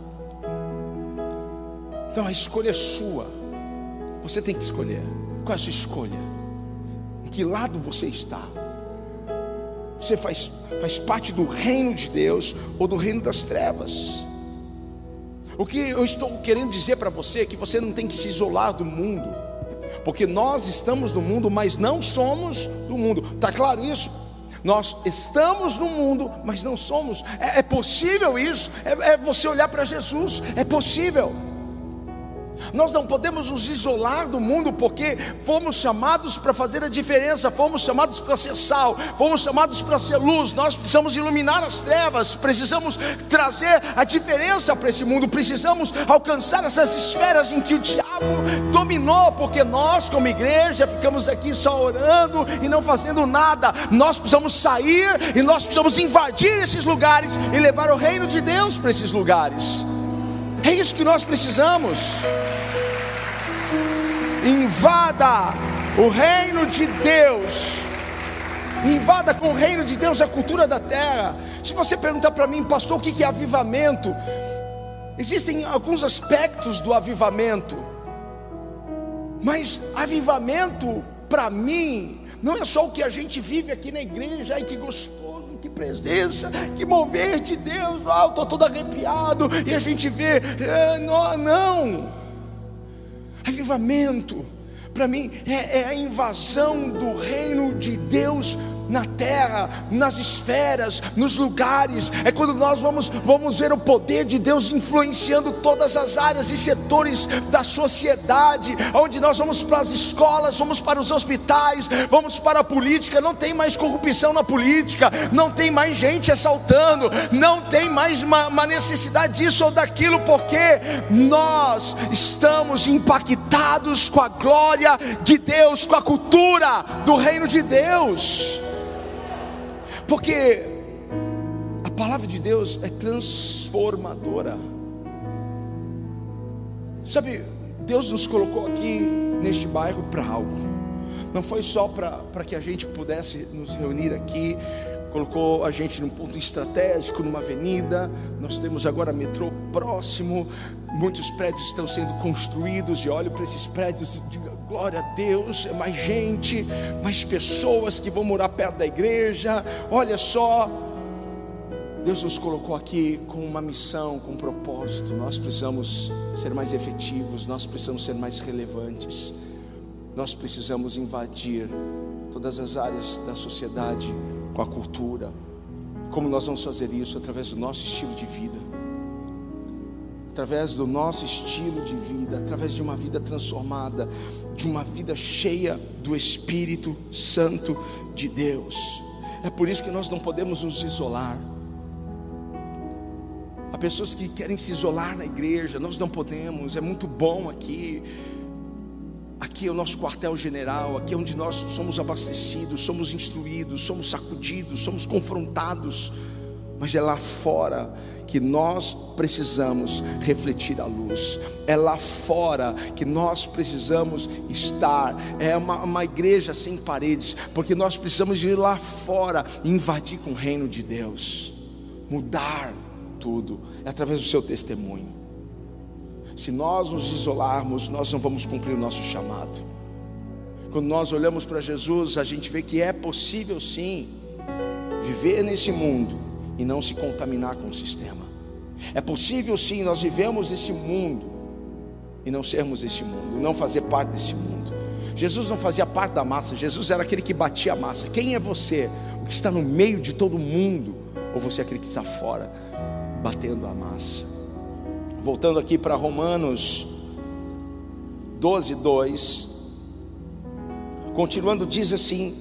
Então a escolha é sua. Você tem que escolher. Qual é a sua escolha? Em que lado você está? Você faz, faz parte do reino de Deus ou do reino das trevas? O que eu estou querendo dizer para você é que você não tem que se isolar do mundo, porque nós estamos no mundo, mas não somos do mundo. Está claro isso? Nós estamos no mundo, mas não somos. É, é possível isso? É, é você olhar para Jesus, é possível. Nós não podemos nos isolar do mundo, porque fomos chamados para fazer a diferença, fomos chamados para ser sal, fomos chamados para ser luz. Nós precisamos iluminar as trevas, precisamos trazer a diferença para esse mundo, precisamos alcançar essas esferas em que o diabo dominou, porque nós como igreja ficamos aqui só orando e não fazendo nada. Nós precisamos sair e nós precisamos invadir esses lugares e levar o reino de Deus para esses lugares. É isso que nós precisamos. Invada o reino de Deus. Invada com o reino de Deus a cultura da terra. Se você perguntar para mim, pastor, o que é avivamento? Existem alguns aspectos do avivamento, mas avivamento para mim não é só o que a gente vive aqui na igreja. Ai, que gostoso, que presença, que mover de Deus. Ah, eu estou todo arrepiado. E a gente vê, é, não, não. Avivamento para mim é, é a invasão do reino de Deus na terra, nas esferas, nos lugares. É quando nós vamos, vamos ver o poder de Deus influenciando todas as áreas e setores da sociedade, onde nós vamos para as escolas, vamos para os hospitais, vamos para a política. Não tem mais corrupção na política, não tem mais gente assaltando, não tem mais uma, uma necessidade disso ou daquilo, porque nós estamos impactados com a glória de Deus, com a cultura do reino de Deus. Porque a palavra de Deus é transformadora. Sabe, Deus nos colocou aqui neste bairro para algo. Não foi só para que a gente pudesse nos reunir aqui. Colocou a gente num ponto estratégico, numa avenida. Nós temos agora metrô próximo. Muitos prédios estão sendo construídos. E olho para esses prédios e digo, glória a Deus, é mais gente, mais pessoas que vão morar perto da igreja. Olha só, Deus nos colocou aqui com uma missão, com um propósito. Nós precisamos ser mais efetivos, nós precisamos ser mais relevantes, nós precisamos invadir todas as áreas da sociedade com a cultura. Como nós vamos fazer isso? Através do nosso estilo de vida, através do nosso estilo de vida, através de uma vida transformada, de uma vida cheia do Espírito Santo de Deus. É por isso que nós não podemos nos isolar. Há pessoas que querem se isolar na igreja. Nós não podemos, é muito bom aqui. Aqui é o nosso quartel-general, aqui é onde nós somos abastecidos, somos instruídos, somos sacudidos, somos confrontados. Mas é lá fora que nós precisamos refletir a luz. É lá fora que nós precisamos estar. É uma, uma igreja sem paredes, porque nós precisamos ir lá fora e invadir com o reino de Deus, mudar tudo. É através do seu testemunho. Se nós nos isolarmos, nós não vamos cumprir o nosso chamado. Quando nós olhamos para Jesus, a gente vê que é possível sim viver nesse mundo e não se contaminar com o sistema. É possível sim nós vivemos esse mundo e não sermos esse mundo, não fazer parte desse mundo. Jesus não fazia parte da massa, Jesus era aquele que batia a massa. Quem é você? O que está no meio de todo mundo? Ou você é aquele que está fora, batendo a massa? Voltando aqui para Romanos doze, dois, continuando, diz assim: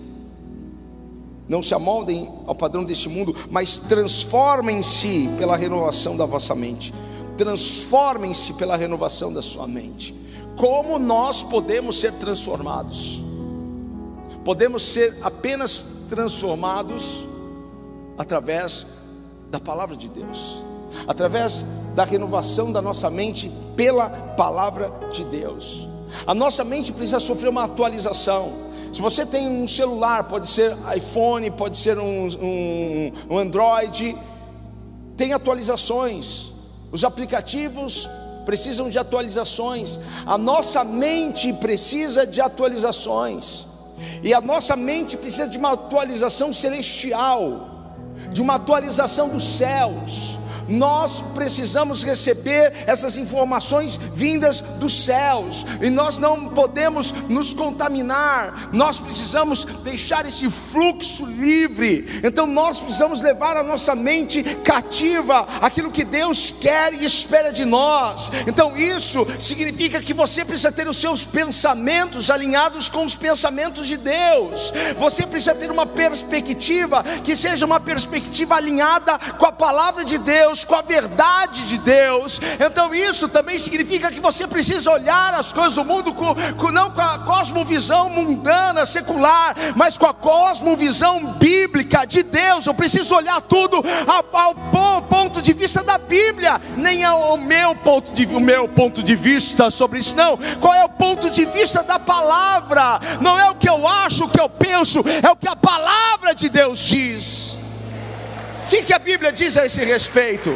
não se amoldem ao padrão deste mundo, mas transformem-se pela renovação da vossa mente. Transformem-se pela renovação da sua mente. Como nós podemos ser transformados? Podemos ser apenas transformados através da palavra de Deus, através da renovação da nossa mente pela palavra de Deus. A nossa mente precisa sofrer uma atualização. Se você tem um celular, pode ser iPhone, pode ser um, um, um Android, tem atualizações. Os aplicativos precisam de atualizações. A nossa mente precisa de atualizações. E a nossa mente precisa de uma atualização celestial, de uma atualização dos céus. nós precisamos receber essas informações vindas dos céus, e nós não podemos nos contaminar, nós precisamos deixar esse fluxo livre. Então nós precisamos levar a nossa mente cativa àquilo que Deus quer e espera de nós. Então isso significa que você precisa ter os seus pensamentos alinhados com os pensamentos de Deus. Você precisa ter uma perspectiva que seja uma perspectiva alinhada com a palavra de Deus, com a verdade de Deus. Então isso também significa que você precisa olhar as coisas do mundo com, com, não com a cosmovisão mundana, secular, mas com a cosmovisão bíblica de Deus. Eu preciso olhar tudo ao, ao ponto de vista da Bíblia, nem ao meu ponto de, o meu ponto de vista sobre isso, não. Qual é o ponto de vista da palavra? Não é o que eu acho, o que eu penso, é o que a palavra de Deus diz. O que, que a Bíblia diz a esse respeito?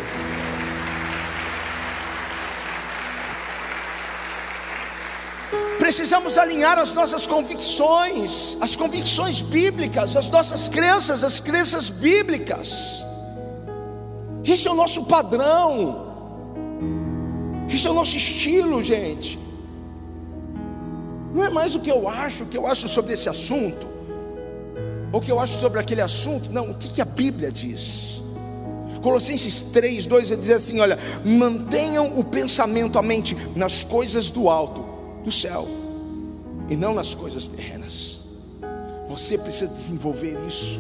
Precisamos alinhar as nossas convicções, as convicções bíblicas, as nossas crenças, as crenças bíblicas. Esse é o nosso padrão, esse é o nosso estilo, gente. Não é mais o que eu acho, o que eu acho sobre esse assunto, ou o que eu acho sobre aquele assunto. Não, o que, que a Bíblia diz? Colossenses três, dois vai dizer assim: olha, mantenham o pensamento, a mente, nas coisas do alto, do céu, e não nas coisas terrenas. Você precisa desenvolver isso,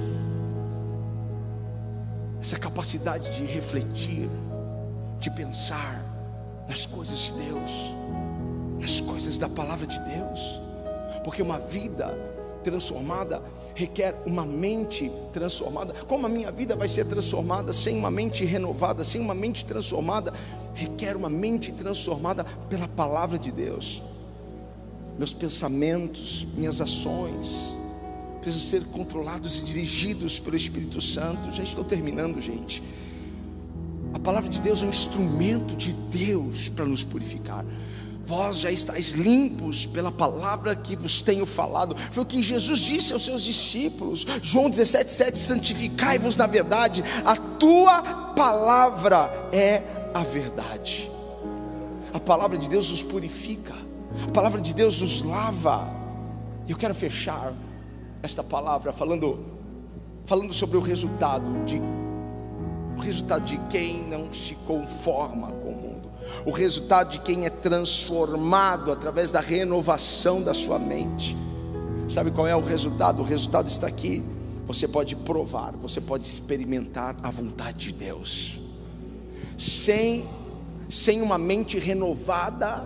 essa capacidade de refletir, de pensar nas coisas de Deus, nas coisas da palavra de Deus, porque uma vida transformada requer uma mente transformada. Como a minha vida vai ser transformada sem uma mente renovada, sem uma mente transformada? Requer uma mente transformada pela palavra de Deus. Meus pensamentos, minhas ações precisam ser controlados e dirigidos pelo Espírito Santo. Já estou terminando, gente. A palavra de Deus é um instrumento de Deus para nos purificar. Vós já estáis limpos pela palavra que vos tenho falado. Foi o que Jesus disse aos seus discípulos. João dezessete, sete: santificai-vos na verdade, a tua palavra é a verdade. A palavra de Deus nos purifica, a palavra de Deus nos lava. Eu quero fechar esta palavra falando, falando sobre o resultado de, o resultado de quem não se conforma com o mundo, o resultado de quem é transformado através da renovação da sua mente. Sabe qual é o resultado? O resultado está aqui. Você pode provar, você pode experimentar a vontade de Deus. Sem, sem uma mente renovada,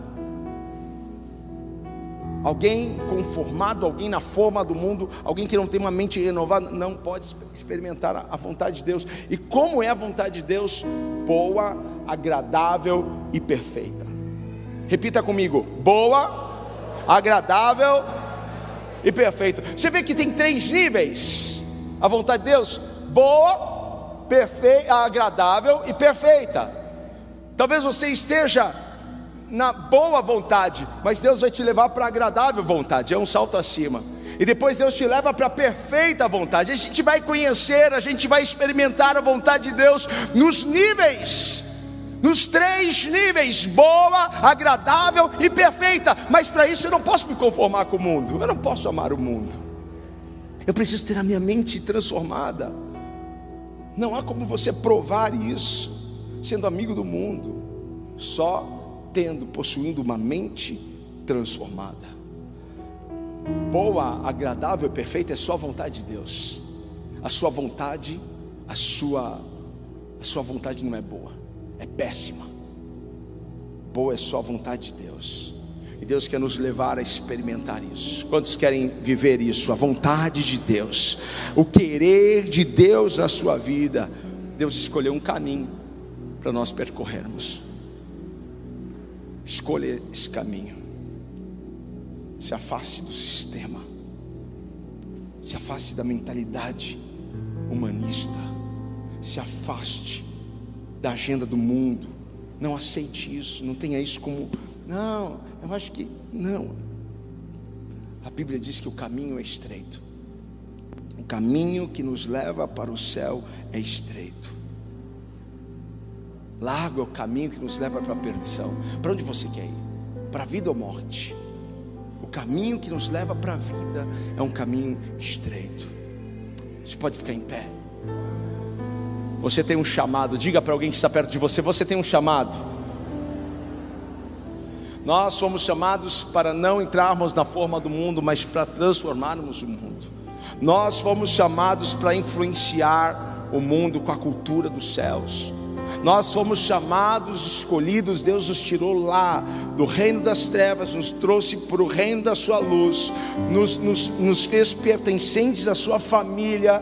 alguém conformado, alguém na forma do mundo, alguém que não tem uma mente renovada, não pode experimentar a vontade de Deus. E como é a vontade de Deus? Boa, agradável e perfeita. Repita comigo: boa, agradável e perfeita. Você vê que tem três níveis a vontade de Deus: boa, perfeita, agradável e perfeita. Talvez você esteja na boa vontade, mas Deus vai te levar para a agradável vontade, é um salto acima. E depois Deus te leva para a perfeita vontade. A gente vai conhecer, a gente vai experimentar a vontade de Deus nos níveis, nos três níveis: boa, agradável e perfeita. Mas para isso eu não posso me conformar com o mundo, eu não posso amar o mundo, eu preciso ter a minha mente transformada. Não há como você provar isso sendo amigo do mundo, só tendo, possuindo uma mente transformada. Boa, agradável e perfeita é só a vontade de Deus. A sua vontade, a sua, a sua vontade não é boa, é péssima. Boa é só a vontade de Deus. E Deus quer nos levar a experimentar isso. Quantos querem viver isso? A vontade de Deus, o querer de Deus na sua vida. Deus escolheu um caminho para nós percorrermos. Escolha esse caminho. Se afaste do sistema, se afaste da mentalidade humanista, se afaste da agenda do mundo. Não aceite isso, não tenha isso como, não, eu acho que, não. A Bíblia diz que o caminho é estreito, o caminho que nos leva para o céu é estreito. Largo é o caminho que nos leva para a perdição. Para onde você quer ir? Para a vida ou morte? O caminho que nos leva para a vida é um caminho estreito. Você pode ficar em pé. Você tem um chamado. Diga para alguém que está perto de você: você tem um chamado. Nós somos chamados para não entrarmos na forma do mundo, mas para transformarmos o mundo. Nós fomos chamados para influenciar o mundo com a cultura dos céus. Nós fomos chamados, escolhidos. Deus nos tirou lá do reino das trevas, nos trouxe para o reino da sua luz, nos, nos, nos fez pertencentes à sua família,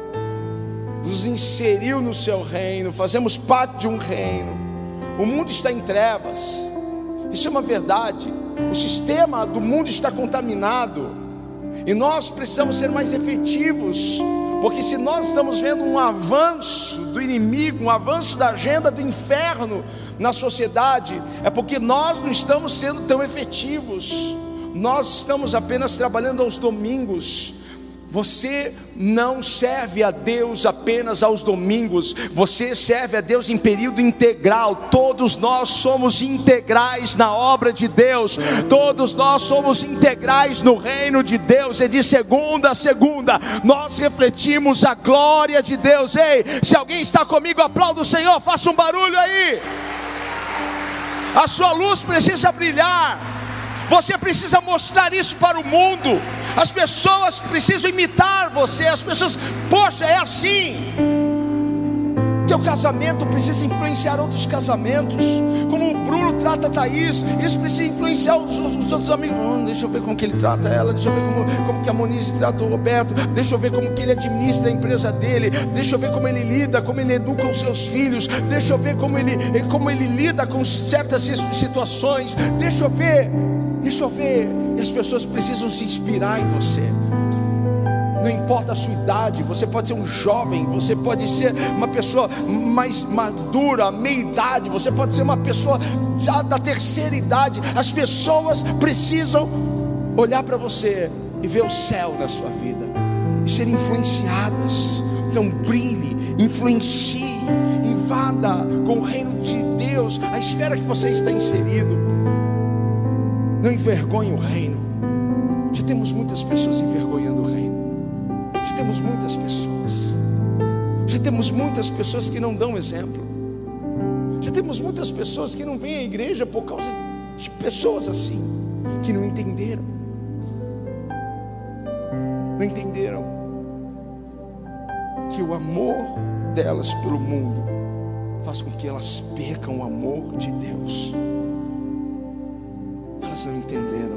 nos inseriu no seu reino, fazemos parte de um reino. O mundo está em trevas, isso é uma verdade. O sistema do mundo está contaminado, e nós precisamos ser mais efetivos, porque se nós estamos vendo um avanço do inimigo, um avanço da agenda do inferno na sociedade, é porque nós não estamos sendo tão efetivos. Nós estamos apenas trabalhando aos domingos. Você não serve a Deus apenas aos domingos, você serve a Deus em período integral. Todos nós somos integrais na obra de Deus, todos nós somos integrais no reino de Deus. E de segunda a segunda nós refletimos a glória de Deus. Ei, se alguém está comigo, aplauda o Senhor, faça um barulho aí. A sua luz precisa brilhar, você precisa mostrar isso para o mundo. As pessoas precisam imitar você. As pessoas, poxa, é assim. Teu casamento precisa influenciar outros casamentos. Como o Bruno trata a Thaís, isso precisa influenciar os, os, os outros amigos. Hum, deixa eu ver como que ele trata ela. Deixa eu ver como, como que a Monize trata o Roberto. Deixa eu ver como que ele administra a empresa dele. Deixa eu ver como ele lida, como ele educa os seus filhos. Deixa eu ver como ele, como ele lida com certas situações. Deixa eu ver Deixa eu ver, e as pessoas precisam se inspirar em você. Não importa a sua idade, você pode ser um jovem, você pode ser uma pessoa mais madura, meia idade, você pode ser uma pessoa já da terceira idade. As pessoas precisam olhar para você e ver o céu na sua vida e serem influenciadas. Então brilhe, influencie, invada com o reino de Deus a esfera que você está inserido. Não envergonhe o reino. Já temos muitas pessoas envergonhando o reino. Já temos muitas pessoas. Já temos muitas pessoas que não dão exemplo. Já temos muitas pessoas que não vêm à igreja por causa de pessoas assim, que não entenderam. Não entenderam que o amor delas pelo mundo faz com que elas percam o amor de Deus. Elas não entenderam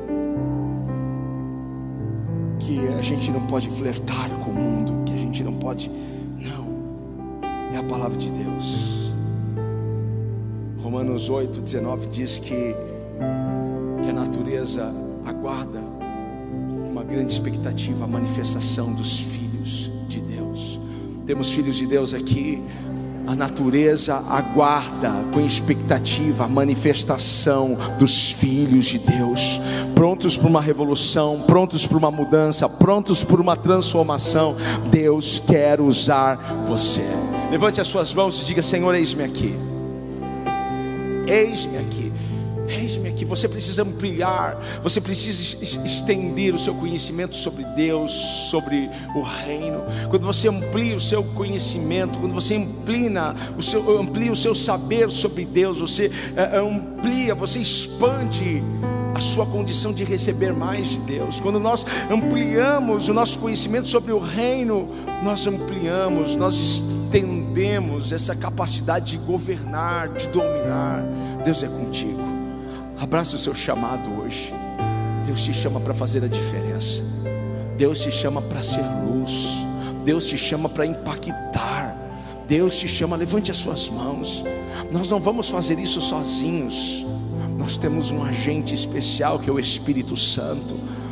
que a gente não pode flertar com o mundo, que a gente não pode, não, é a palavra de Deus. Romanos oito, dezenove diz que, que a natureza aguarda com uma grande expectativa a manifestação dos filhos de Deus. Temos filhos de Deus aqui. A natureza aguarda com expectativa a manifestação dos filhos de Deus, prontos para uma revolução, prontos para uma mudança, prontos para uma transformação. Deus quer usar você. Levante as suas mãos e diga: Senhor, eis-me aqui. Eis-me aqui. Eis-me aqui. Você precisa ampliar, você precisa estender o seu conhecimento sobre Deus, sobre o reino. Quando você amplia o seu conhecimento, quando você amplia o seu, amplia o seu saber sobre Deus, você amplia, você expande a sua condição de receber mais de Deus. Quando nós ampliamos o nosso conhecimento sobre o reino, nós ampliamos, nós estendemos essa capacidade de governar, de dominar. Deus é contigo. Abraça o seu chamado hoje. Deus te chama para fazer a diferença. Deus te chama para ser luz. Deus te chama para impactar. Deus te chama, levante as suas mãos. Nós não vamos fazer isso sozinhos. Nós temos um agente especial que é o Espírito Santo.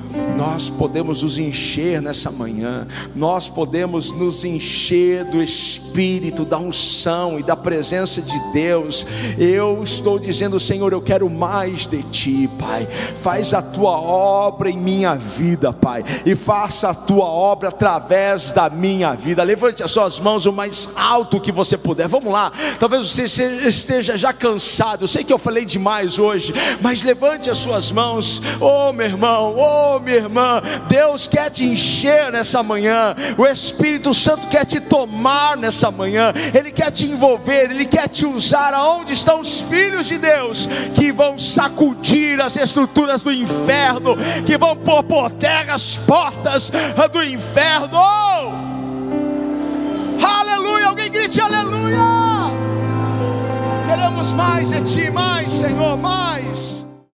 nós podemos nos encher nessa manhã, nós podemos nos encher do Espírito, da unção e da presença de Deus. Eu estou dizendo: Senhor, eu quero mais de Ti, Pai. Faz a Tua obra em minha vida, Pai, e faça a Tua obra através da minha vida. Levante as suas mãos o mais alto que você puder. Vamos lá. Talvez você esteja já cansado, eu sei que eu falei demais hoje, mas levante as suas mãos. Oh meu irmão, oh minha irmã, Deus quer te encher nessa manhã. O Espírito Santo quer te tomar nessa manhã. Ele quer te envolver, Ele quer te usar. Aonde estão os filhos de Deus que vão sacudir as estruturas do inferno, que vão pôr por terra as portas do inferno? Oh! Aleluia, alguém grite aleluia. Queremos mais de Ti, mais, Senhor, mais.